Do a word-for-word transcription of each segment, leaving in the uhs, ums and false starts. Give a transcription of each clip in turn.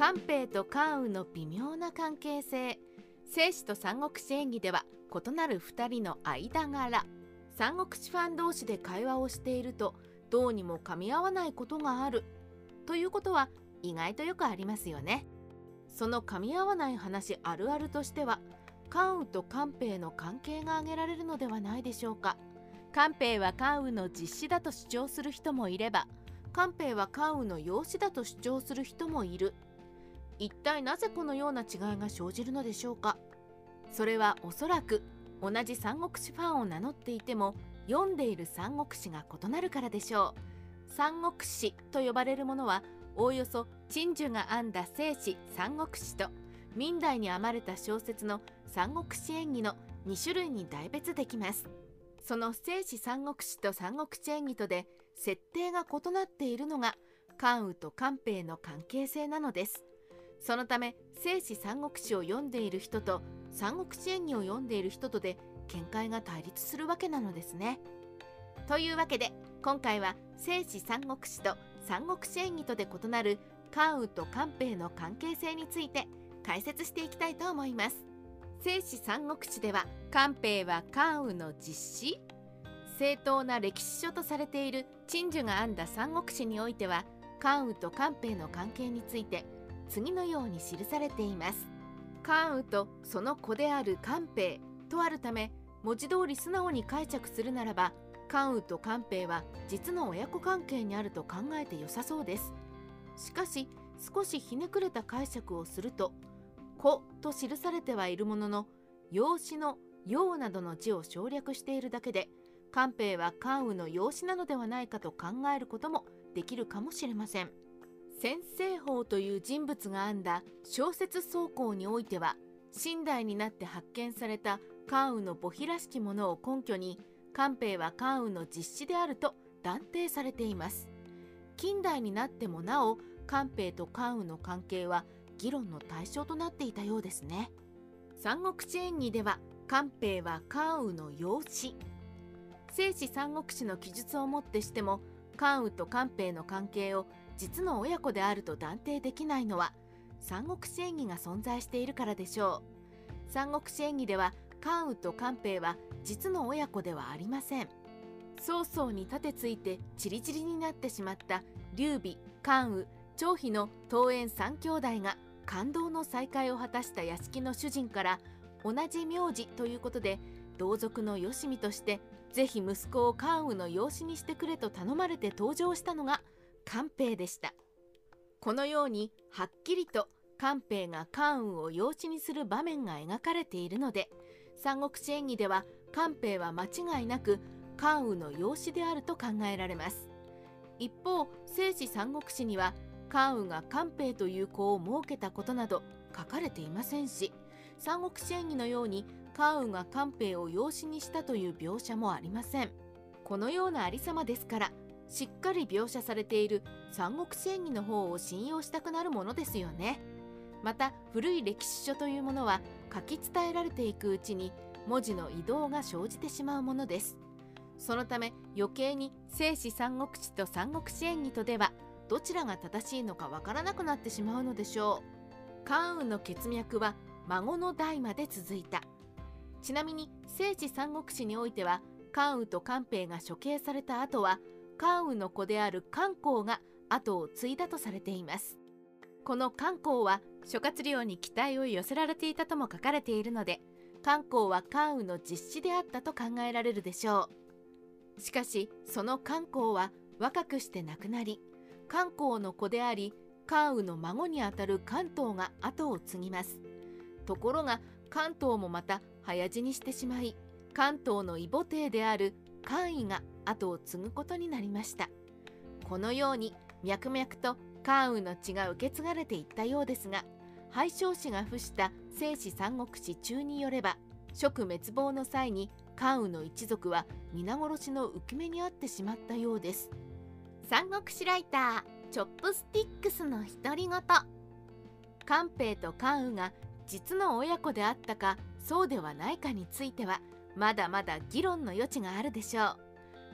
官兵衛と関羽の微妙な関係性。正史と三国志演義では異なるふたりの間柄。三国志ファン同士で会話をしているとどうにも噛み合わないことがあるということは意外とよくありますよね。その噛み合わない話あるあるとしては、関羽と官兵衛の関係が挙げられるのではないでしょうか。官兵衛は関羽の実子だと主張する人もいれば、官兵衛は関羽の養子だと主張する人もいる。一体なぜこのような違いが生じるのでしょうか。それはおそらく同じ三国志ファンを名乗っていても読んでいる三国志が異なるからでしょう。三国志と呼ばれるものはおおよそ陳寿が編んだ正史三国志と明代に編まれた小説の三国志演義のに種類に大別できます。その正史三国志と三国志演義とで設定が異なっているのが関羽と官兵衛の関係性なのです。そのため正史三国志を読んでいる人と三国志演義を読んでいる人とで見解が対立するわけなのですね。というわけで今回は正史三国志と三国志演義とで異なる関羽と官兵衛の関係性について解説していきたいと思います。正史三国志では官兵衛は関羽の実子。正当な歴史書とされている陳寿が編んだ三国志においては関羽と官兵衛の関係について次のように記されています。関羽とその子である官兵衛とあるため、文字通り素直に解釈するならば関羽と官兵衛は実の親子関係にあると考えて良さそうです。しかし少しひねくれた解釈をすると、子と記されてはいるものの養子の養などの字を省略しているだけで、官兵衛は関羽の養子なのではないかと考えることもできるかもしれません。宣政法という人物が編んだ小説草稿においては、清代になって発見された関羽の墓碑らしきものを根拠に官兵衛は関羽の実子であると断定されています。近代になってもなお官兵衛と関羽の関係は議論の対象となっていたようですね。三国志演義では官兵衛は関羽の養子。正史三国志の記述をもってしても関羽と官兵衛の関係を実の親子であると断定できないのは三国志演義が存在しているからでしょう。三国志演義では関羽と官兵衛は実の親子ではありません。曹操に盾ついてチリチリになってしまった劉備、関羽、張飛の桃園三兄弟が感動の再会を果たした屋敷の主人から同じ名字ということで同族のよしみとしてぜひ息子を関羽の養子にしてくれと頼まれて登場したのが官兵衛でした。このようにはっきりと官兵衛が関羽を養子にする場面が描かれているので、三国志演義では官兵衛は間違いなく関羽の養子であると考えられます。一方、正史三国志には関羽が官兵衛という子を設けたことなど書かれていませんし、三国志演義のように関羽が官兵衛を養子にしたという描写もありません。このようなありさまですから、しっかり描写されている三国志演義の方を信用したくなるものですよね。また古い歴史書というものは書き伝えられていくうちに文字の移動が生じてしまうものです。そのため余計に正史三国志と三国志演義とではどちらが正しいのかわからなくなってしまうのでしょう。関羽の血脈は孫の代まで続いた。ちなみに正史三国志においては関羽と官兵衛が処刑された後は関羽の子である関公が後を継いだとされています。この関公は諸葛亮に期待を寄せられていたとも書かれているので、関公は関羽の実子であったと考えられるでしょう。しかしその関公は若くして亡くなり、関公の子であり関羽の孫にあたる関東が後を継ぎます。ところが関東もまた早死にしてしまい、関東の異母弟である関羽が後を継ぐことになりました。このように脈々と関羽の血が受け継がれていったようですが、廃将氏が付した正史三国志中によれば、蜀滅亡の際に関羽の一族は皆殺しの受け目に遭ってしまったようです。三国志ライターチョップスティックスの独り言。官兵衛と関羽が実の親子であったかそうではないかについてはまだまだ議論の余地があるでしょう。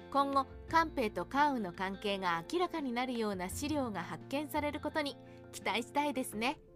今後官兵と関羽の関係が明らかになるような資料が発見されることに期待したいですね。